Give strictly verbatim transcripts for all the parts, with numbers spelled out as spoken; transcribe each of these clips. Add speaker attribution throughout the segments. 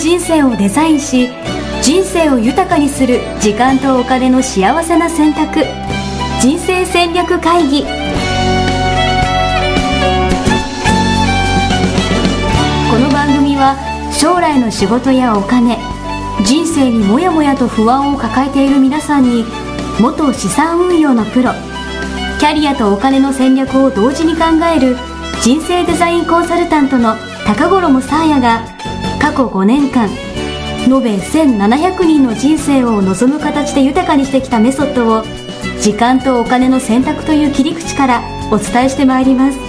Speaker 1: 人生をデザインし、人生を豊かにする時間とお金の幸せな選択、人生戦略会議。この番組は将来の仕事やお金、人生にもやもやと不安を抱えている皆さんに、元資産運用のプロ、キャリアとお金の戦略を同時に考える人生デザインコンサルタントの高頃もさあやが、過去ごねんかん延べせんななひゃくにんの人生を望む形で豊かにしてきたメソッドを、時間とお金の選択という切り口からお伝えしてまいります。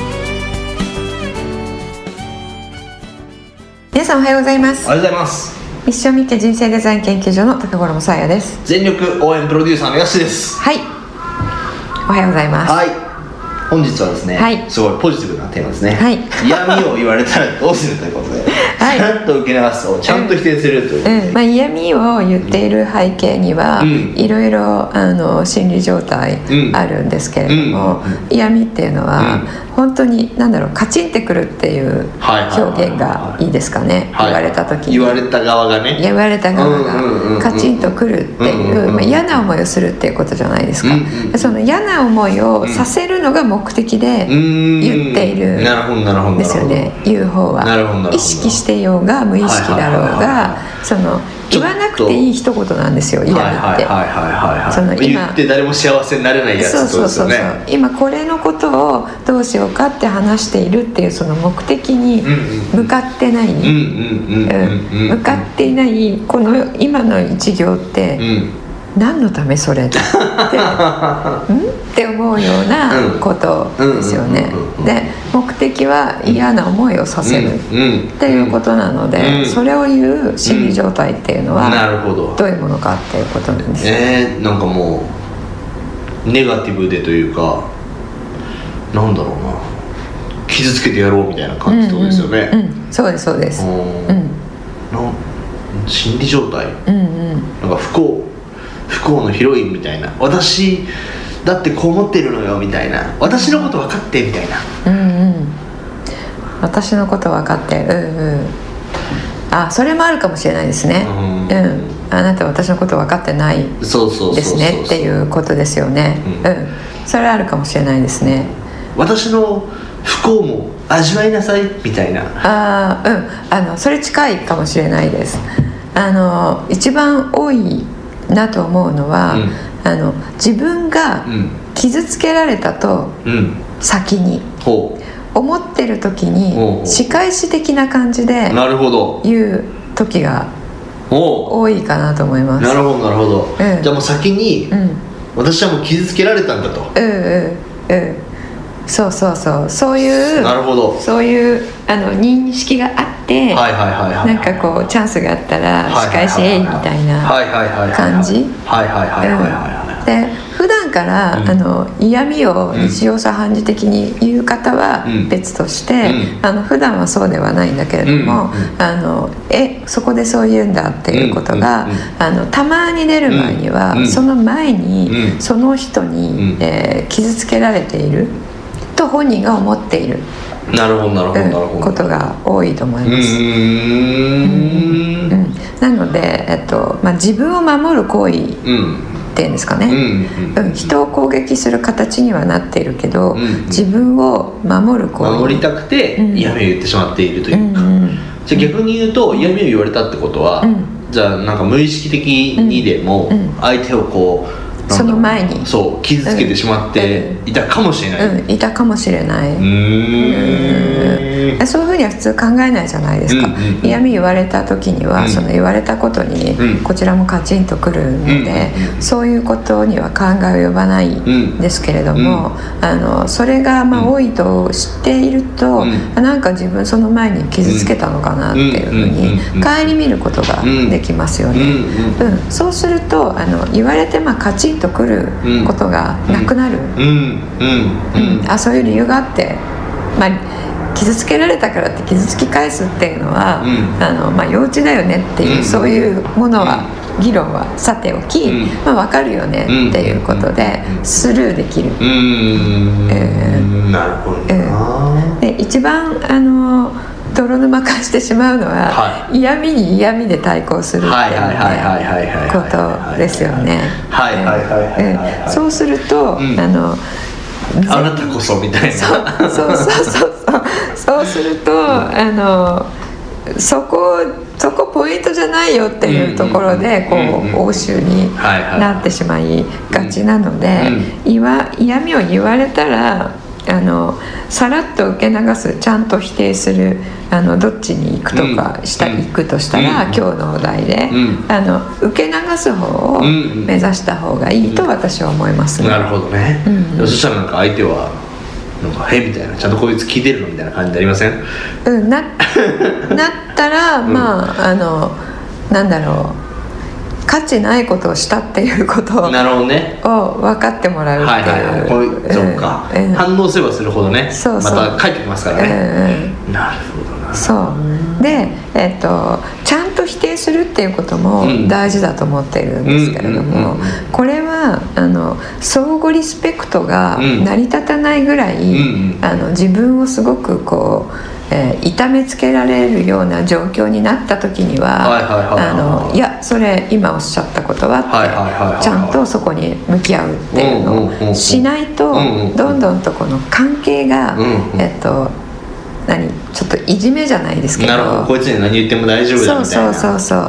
Speaker 2: 皆さんおはようございます。
Speaker 3: おはようございます。
Speaker 2: ミッションミッケ人生デザイン研究所の高頃もさあやです。
Speaker 3: 全力応援プロデューサーのやすです。
Speaker 2: はい、おはようございます。
Speaker 3: はい、本日はですね、はい、すごいポジティブなテーマですね。はい、嫌味を言われたらどうするということで、はい、ちゃんと受け流すとちゃんと否定するという、
Speaker 2: うんうん、まあ、嫌味を言っている背景には、うん、いろいろあの心理状態あるんですけれども、うんうんうん、嫌味っていうのは、うん、本当に何だろう、カチンってくるっていう表現がいいですかね、はいはいはいはい、言われた時に、
Speaker 3: 言われた側がね、
Speaker 2: 言われた側がカチンとくるっていう、まあ、嫌な思いをするっていうことじゃないですか、うんうん、その嫌な思いをさせるのが目的で言っているんですよね、言う方は。意識してようが無意識だろうが、その言わなくていい一言なんですよ、嫌だって。
Speaker 3: その今言って誰も幸せになれないやつってことですよね。そうそうそうそう、今
Speaker 2: これのことをどうしようかって話しているっていうその目的に向かってない、向かっていないこの今の一行って、うん何のためそれってんって思うようなことですよね。で、目的は嫌な思いをさせるっていうことなので、それを言う心理状態っていうのはどういうものかっていうことなんですよ。
Speaker 3: えー、なんかもうネガティブでというか、なんだろうな、傷つけてやろうみたいな感じってことですよね。
Speaker 2: うんうんうん、そうですそうです、うん、な
Speaker 3: 心理状態、うんうん、なんか不幸不幸のヒロインみたいな、私だってこう思ってるのよみたいな、私のこと分かってみたいな、うんうん、
Speaker 2: 私のこと分かって、うんうん、あ、それもあるかもしれないですね、うんうん、あなた私のこと分かってないですねっていうことですよね、うんうん、それあるかもしれないですね。
Speaker 3: 私の不幸も味わいなさいみたいな、
Speaker 2: あ、うん、あのそれ近いかもしれないです。あの一番多いなと思うのは、うん、あの自分が傷つけられたと先に思ってる時に仕返し的な感じで言う時が多いかなと思います。
Speaker 3: なるほどなるほど、うん、じゃあもう先に、うん、私はもう傷つけられたんだと、
Speaker 2: うんうんうん、そうそうそう、そういう
Speaker 3: なるほど、
Speaker 2: そういうあの認識があって、はいはいはいはい、なんかこうチャンスがあったら仕返しえいみたいな感じで、普段から、うん、あの嫌味を日常茶飯事的に言う方は別として、うん、あの普段はそうではないんだけれども、うん、あのえそこでそう言うんだっていうことが、うん、あのたまに出る前には、うん、その前に、うん、その人に、うん、えー、傷つけられていると本人が思っている、
Speaker 3: なるほどなるほどなるほど、
Speaker 2: ことが多いと思います。うーん、うんうん、なので、えっとまあ、自分を守る行為っていうんですかね、うんうんうん、人を攻撃する形にはなっているけど、うんうん、自分を守る行為、
Speaker 3: 守りたくて嫌味を言ってしまっているというか、うんうん、じゃあ逆に言うと嫌味を言われたってことは、うん、じゃあなんか無意識的にでも相手をこう
Speaker 2: その前に
Speaker 3: そう傷つけてしまっていたかもしれない、
Speaker 2: うんうん、いたかもしれない。うーん、そういうふうには普通考えないじゃないですか、うんうんうん、嫌味言われた時には、うん、その言われたことにこちらもカチンとくるので、うんうんうん、そういうことには考えを及ばないんですけれども、うん、あのそれがまあ多いと知っていると、うん、なんか自分その前に傷つけたのかなっていうふうに顧みることができますよね、うんうんうん、そうするとあの言われてまあカチンとくることがなくなる、うんうんうんうん、あ、そういう理由があって、まあ、傷つけられたからって傷つき返すっていうのは、うん、あのまあ、幼稚だよねっていう、うん、そういうものは、うん、議論はさておき、うんまあ、分かるよねっていうことで、うん、スルーできる、うん、えー、
Speaker 3: なるほどな、
Speaker 2: えー、で一番あの泥沼化してしまうのは、はい、嫌味に嫌味で対抗するっていうことですよね。そうすると、うん、あの
Speaker 3: あなたこそみたいな
Speaker 2: そうそうそうそうそうすると、うん、あのそこそこポイントじゃないよっていうところでこう応酬になってしまいがちなので、嫌味を言われたらあのさらっと受け流す、ちゃんと否定する、あのどっちに行くとかした、うん、行くとしたら、うん、今日のお題で、うん、あの受け流す方を目指した方がいいと私は思います、ね、
Speaker 3: なるほどね、うん、そしたらなんか相手はなんかへみたいな、ちゃんとこいつ聞いてるのみたいな感じになりません？
Speaker 2: うんななったら、うん、まああのなんだろう、価値ないことをしたっていうことを、
Speaker 3: なるほどね、
Speaker 2: を分かってもらうっていう、はいはいはい、こういう、
Speaker 3: そうか、うん、反応すればするほどね、そうそう、また返ってきますからね、うん、なるほどな。
Speaker 2: そうで、えーと、ちゃんと否定するっていうことも大事だと思っているんですけれども、これはあの相互リスペクトが成り立たないぐらい、うん、あの自分をすごくこうえー、痛めつけられるような状況になった時には、いやそれ今おっしゃったことはってちゃんとそこに向き合うっていうのをしないと、どんどんとこの関係が、えっと何ちょっといじめじゃないですけど、
Speaker 3: なるほど、こいつに何言っても大丈夫だみたいな、
Speaker 2: そうそうそうそう、うん、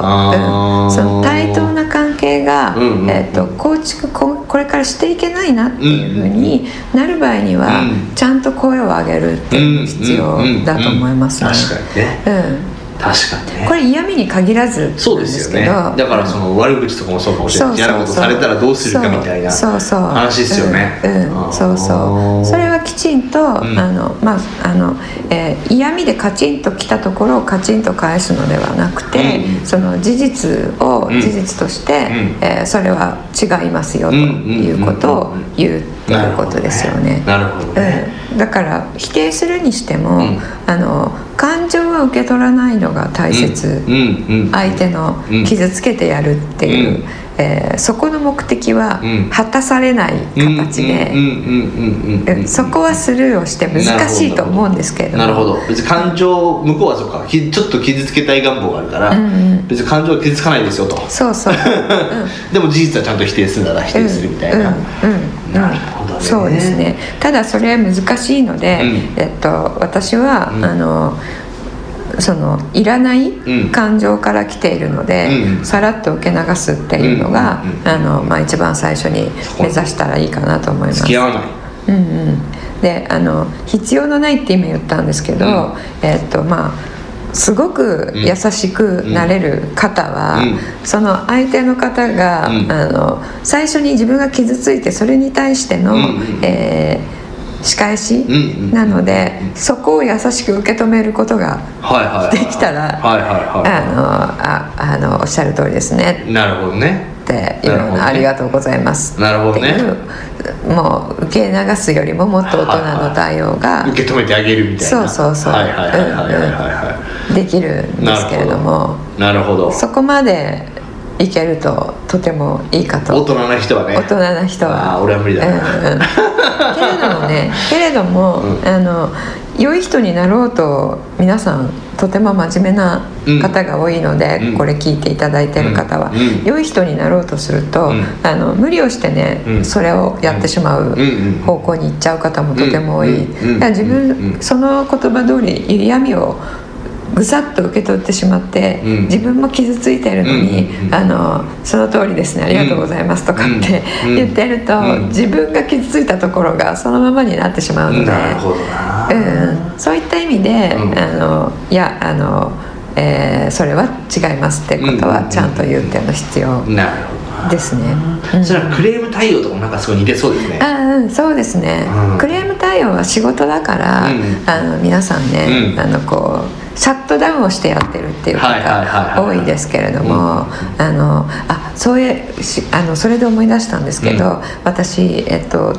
Speaker 2: その対等な関係が、うんうん、えー、と構築 こ, これからしていけないなっていうふうになる場合には、うん、ちゃんと声を上げるっていう必要だと思いますね。
Speaker 3: 確かにね、うん確かにね、
Speaker 2: これ嫌味に限らずなんですけど、
Speaker 3: そうですよね、だからその悪口とかもそうかもしれない、嫌なことされたらどうするかみたいな話ですよね。
Speaker 2: そうそう、それはきちんと、うん、あのまああの、えー、嫌味でカチンときたところをカチンと返すのではなくて、うん、その事実を事実として、うんえー、それは違いますよということを言うっていうことですよね。
Speaker 3: なるほどね、
Speaker 2: うん、だから否定するにしても、うん、あの感情は受け取らないのが大切、うんうんうん、相手の傷つけてやるっていう、うんえー、そこの目的は果たされない形で、そこはスルーをして難しいと思うんですけれども、
Speaker 3: なるほど、別に感情、向こうはそうか、ちょっと傷つけたい願望があるから、うんうん、別に感情は傷つかないですよと、
Speaker 2: そうそう、
Speaker 3: うん、でも事実はちゃんと否定するなら否定するみたいな、うんうんうん、
Speaker 2: なるほどね、そうですね。ただそれは難しいので、うんえっと、私は、うん、あのそのいらない感情から来ているので、うん、さらっと受け流すっていうのが、うんあのまあ、一番最初に目指したらいいかなと思います。
Speaker 3: 付き合わない、
Speaker 2: うんうん、であの必要のないって今言ったんですけど、うんえーっとまあすごく優しくなれる方は、うん、その相手の方が、うん、あの最初に自分が傷ついてそれに対しての、うんえー仕返しなので、そこを優しく受け止めることができたらあのおっしゃる通りですね、
Speaker 3: なるほどね
Speaker 2: っていうの、ね、ありがとうございます
Speaker 3: なるほどね、
Speaker 2: もう受け流すよりももっと大人の対応が、はいはい、
Speaker 3: 受け止めてあげるみたいな、
Speaker 2: そうそうそうできるんですけれども、
Speaker 3: なるほど、
Speaker 2: そこまでいけるととてもいいかと。
Speaker 3: 大人な人はね、
Speaker 2: 大人な人は、
Speaker 3: あ、俺は無理だな、うんうん、
Speaker 2: けれどもねけれども、うん、あの良い人になろうと皆さんとても真面目な方が多いので、うん、これ聞いていただいている方は、うん、良い人になろうとすると、うん、あの無理をしてね、うん、それをやってしまう方向に行っちゃう方もとても多い、うん、だから自分、その言葉通り嫌味をぐさっと受け取ってしまって、うん、自分も傷ついてるのに、うんうん、あのその通りですね、ありがとうございますとかって言ってると、うん、自分が傷ついたところがそのままになってしまうので、
Speaker 3: なるほどな、
Speaker 2: うん、そういった意味で、うん、あのいやあの、えー、それは違いますってことはちゃんと言うっていうの必要ですね、
Speaker 3: うん、それはクレーム対応とかもなんかすごい似てそうですね。
Speaker 2: あ、うん、そうですね、うん、クレーム対応は仕事だから、うん、あの皆さんね、うん、あのこうシャットダウンをしてやってるっていう方多いですけれども、あのあそういうあのそれで思い出したんですけど、うん、私、えっと、どこか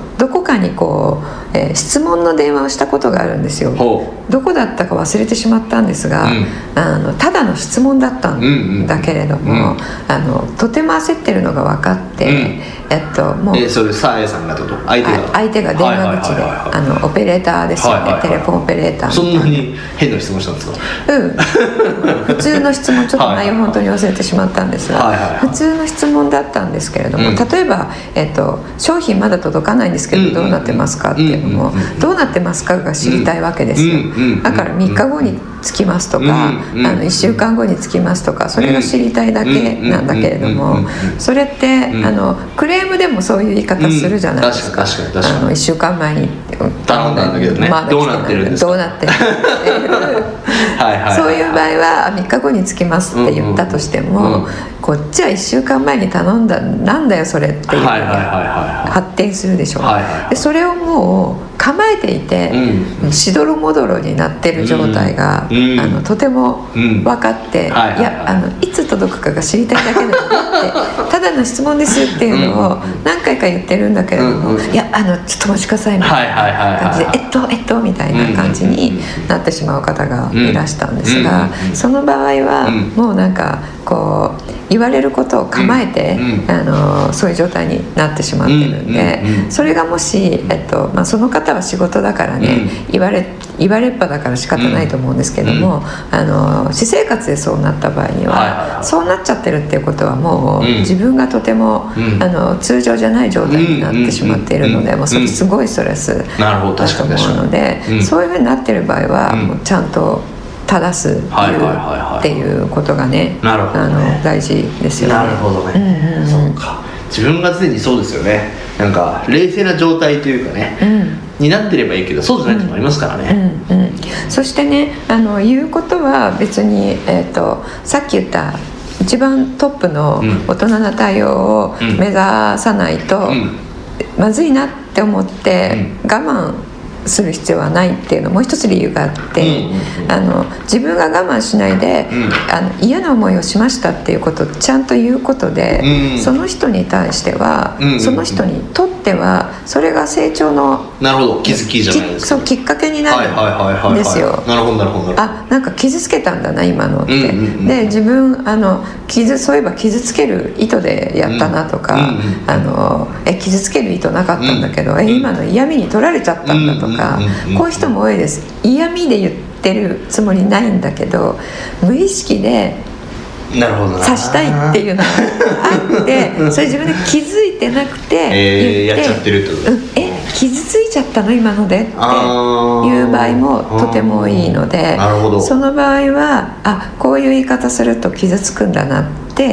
Speaker 2: かにこう、えー、質問の電話をしたことがあるんですよ。どこだったか忘れてしまったんですが、うん、あのただの質問だったんだけれども、うんうん、あのとても焦ってるのが分かって、うん、えっともう
Speaker 3: えそれサーヤさんがってこと相手が
Speaker 2: 相手が電話口で、あのオペレーターですよね、はいはいはい、テレフォンオペレーター。
Speaker 3: そんなに変な質問したんですか？
Speaker 2: うん普通の質問、ちょっと内容本当に忘れてしまったんですが、はいはいはい、普通の質問だったんですけれども、うん、例えば、えっと、商品まだ届かないんですけど、うん、どうなってますかっていうのも、うん、どうなってますかが知りたいわけですよ、うん、だからみっかごに着きますとか、うん、あのいっしゅうかんごに着きますとか、それが知りたいだけなんだけれども、それって、うん、あのクレームでもそういう言い方するじゃないですか、うん、確かに確かにあのいっしゅうかんまえに
Speaker 3: 頼んだんだけどね、ま、どうなってるんですか、
Speaker 2: どうなってるはいはい、そういう場合はみっかごに着きますって言ったとしても、うんうん、こっちはいっしゅうかんまえに頼んだ、なんだよそれっていうふうに発展するでしょう、はいはいはい、でそれをもう構えていて、うん、しどろもどろになってる状態が、うん、あのとても分かって、うんはいはいはい、いやあのいつ届くかが知りたいだけなんだってただの質問ですっていうのを何回か言ってるんだけれども、うん、いやあのちょっとお待ちくださいみたいな感じで、えっとえっとみたいな感じになってしまう方がいらしたんですが、その場合はもうなんかこう言われることを構えて、うん、あのそういう状態になってしまってるんで、うんうん、それがもし、えっとまあ、その方は仕事だからね、うん、言われ言われっぱだから仕方ないと思うんですけども、うん、あの私生活でそうなった場合には、はいはいはい、そうなっちゃってるっていうことはもう、うん、自分がとても、うん、あの通常じゃない状態になってしまっているので、うん、もうそれすごいストレスだと思うので、うん、そういうふうになってる場合は、うん、もうちゃんと正すっていうことがね、あの大事ですよね。
Speaker 3: なるほどね、うんうん、そうか、自分が常にそうですよね、なんか冷静な状態というかね、うん、になってればいいけどそうじゃない時もありますからね、
Speaker 2: うんうんうん、そしてね、あの言うことは別に、えーと、さっき言った一番トップの大人な対応を目指さないと、うんうん、まずいなって思って我慢する必要はないっていうのもう一つ理由があって、うん、あの自分が我慢しないで、うん、あの嫌な思いをしましたっていうことをちゃんと言うことで、うん、その人に対しては、うん、その人にとってはそれが成長の
Speaker 3: なるほど気づきじゃないですか、
Speaker 2: そうきっかけになるんですよ。
Speaker 3: なるほどなるほど、
Speaker 2: あ、なんか傷つけたんだな今のって、うんうんうん、で自分あの傷そういえば傷つける意図でやったなとか、うんうんうん、あのえ傷つける意図なかったんだけど、うん、え今の嫌味に取られちゃったんだとか、うんうんうんうん、こういう人も多いです。嫌味で言ってるつもりないんだけど無意識で刺したいっていうのがあってそれ自分で気づいてなくて言って、
Speaker 3: えー、やっちゃってるってこと、
Speaker 2: うん、え傷ついちゃったの今のでっていう場合もとてもいいので、その場合はあこういう言い方すると傷つくんだなって、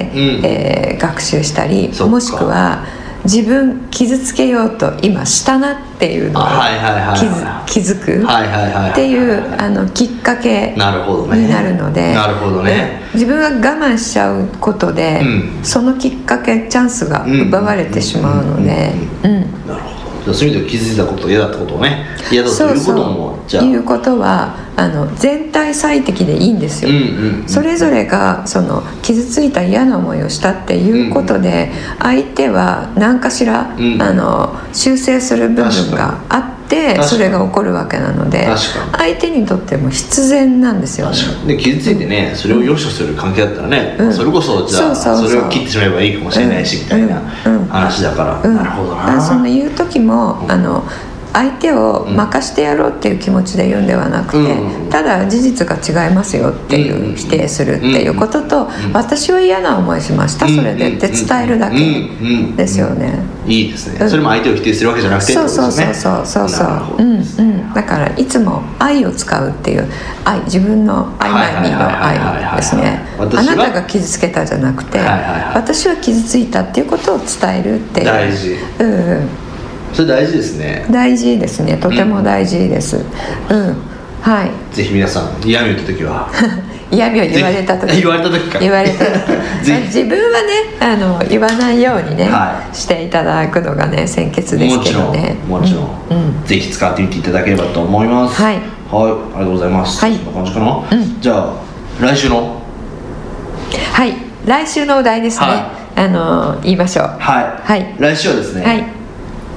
Speaker 2: うんえー、学習したり、もしくは自分傷つけようと今したなっていうのを気づくっていうあのきっかけになるので、
Speaker 3: なるほどね、
Speaker 2: 自分が我慢しちゃうことで、うん、そのきっかけチャンスが奪われてしまうので、うん、
Speaker 3: なるほど。そういう意味で気づいたこと嫌だったことをね嫌だということも
Speaker 2: そうそういうことはあの全体最適でいいんですよ、うんうんうん、それぞれがその傷ついた嫌な思いをしたっていうことで、うん、相手は何かしら、うん、あの修正する部分があってそれが起こるわけなので相手にとっても必然なんですよね。
Speaker 3: 確かにで傷ついてねそれを良しとする関係だったらね、うん、それこそじゃあそうそうそうそれを切ってしまえばいいかもしれないし、うん、みたいな話だから、うん、なるほどな。
Speaker 2: その言う時も、うん、あの相手を任してやろうっていう気持ちで言うんではなくて、うん、ただ事実が違いますよっていう否定するっていうことと、うん、私は嫌な思いしましたそれでって伝えるだけですよね。
Speaker 3: いいですね、うん、それも相手を否定するわけじゃなくてってことですね。
Speaker 2: そうそうそうそうそう、うんうん、だからいつも愛を使うっていう愛、自分の愛マイミーの愛ですね。あなたが傷つけたじゃなくて、はいはいはい、私は傷ついたっていうことを伝えるっていう
Speaker 3: 大事、うんそれ大事ですね。
Speaker 2: 大事ですね。とても大事です。うん、うん、はい。
Speaker 3: ぜひ皆さん嫌味を言った時は
Speaker 2: 嫌味を言われた時
Speaker 3: 言われた時か
Speaker 2: 言われた時自分はねあの言わないようにね、はい、していただくのがね先決ですけどね。
Speaker 3: もちろん、もちろん、うん、ぜひ使ってみていただければと思います。
Speaker 2: はい、はい、
Speaker 3: ありがとうございます。はい、そんな感じかな。うん、じゃあ来週の
Speaker 2: はい来週のお題ですね。はい、あの言いましょう。
Speaker 3: はい、はい、来週はですね。はい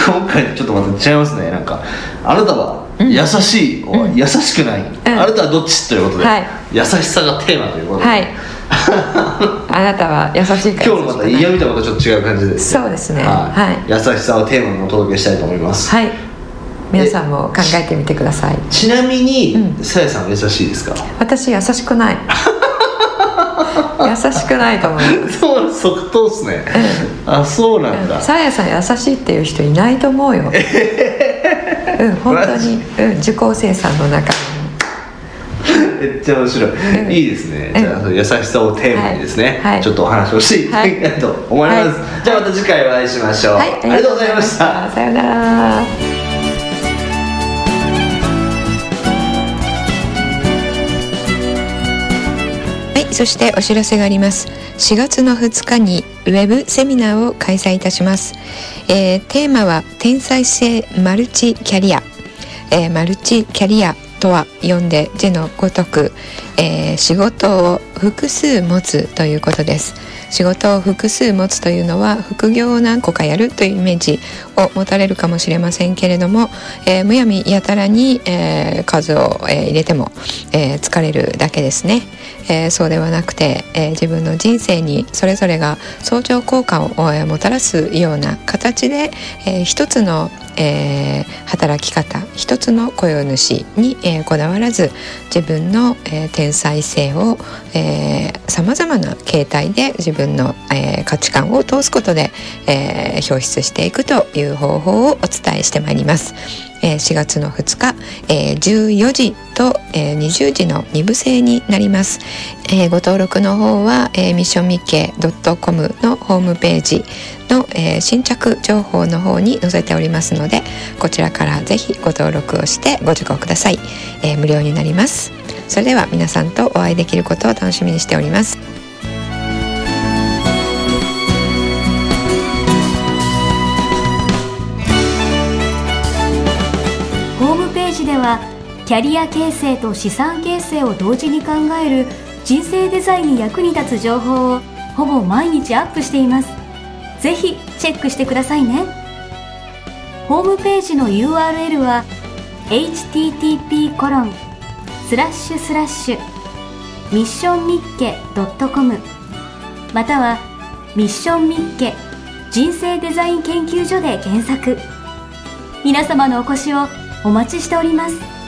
Speaker 3: 今回ちょっとまた違いますね。なんかあなたは優しい、うん、優しくない、うん、あなたはどっちということで、はい、優しさがテーマということで、はい、
Speaker 2: あなたは優しいか
Speaker 3: 今日のまた嫌味とまたちょっと違う感じです、
Speaker 2: ね、そうですね、
Speaker 3: はいはい、優しさをテーマにお届けしたいと思います。
Speaker 2: はい、皆さんも考えてみてください。
Speaker 3: ちなみにさや、うん、さんは優しいですか？
Speaker 2: 私優しくない優しくないと思います。
Speaker 3: そう、即答っすね、うん、あ、そうなんだ。
Speaker 2: さやさん優しいっていう人いないと思うよ、えー、うん、本当に、うん、受講生さんの中に
Speaker 3: めっちゃ面白い、うん、いいですね。じゃあ優しさをテーマにですね、はい、ちょっとお話をしていきたいと思います、はい、じゃあまた次回お会いしましょう、はい、ありがとうございました。
Speaker 2: さようなら。そしてお知らせがあります。しがつのふつかにウェブセミナーを開催いたします、えー、テーマは天才性マルチキャリア、えー、マルチキャリアとは読んで字のごとく、えー、仕事を複数持つということです。仕事を複数持つというのは副業を何個かやるというイメージを持たれるかもしれませんけれども、えー、むやみやたらに、えー、数を、えー、入れても、えー、疲れるだけですね、えー、そうではなくて、えー、自分の人生にそれぞれが相乗効果を、えー、もたらすような形で、えー、一つのえー、働き方、一つの雇用主に、えー、こだわらず自分の、えー、天才性をさまざまな形態で自分の、えー、価値観を通すことで、えー、表出していくという方法をお伝えしてまいります。えー、しがつのふつか、えー、じゅうよじと、えー、にじゅうじのに部制になります。えー、ご登録の方は、えー、ミッションミッケー .com のホームページの、えー、新着情報の方に載せておりますので、こちらからぜひご登録をしてご受講ください。えー、無料になります。それでは皆さんとお会いできることを楽しみにしております。
Speaker 1: ホームページではキャリア形成と資産形成を同時に考える人生デザインに役に立つ情報をほぼ毎日アップしています。ぜひチェックしてくださいね。ホームページの ユーアールエル は エイチティーティーピーコロンスラッシュスラッシュミッションミッケ .com またはミッションミッケ人生デザイン研究所で検索。皆様のお越しをお待ちしております。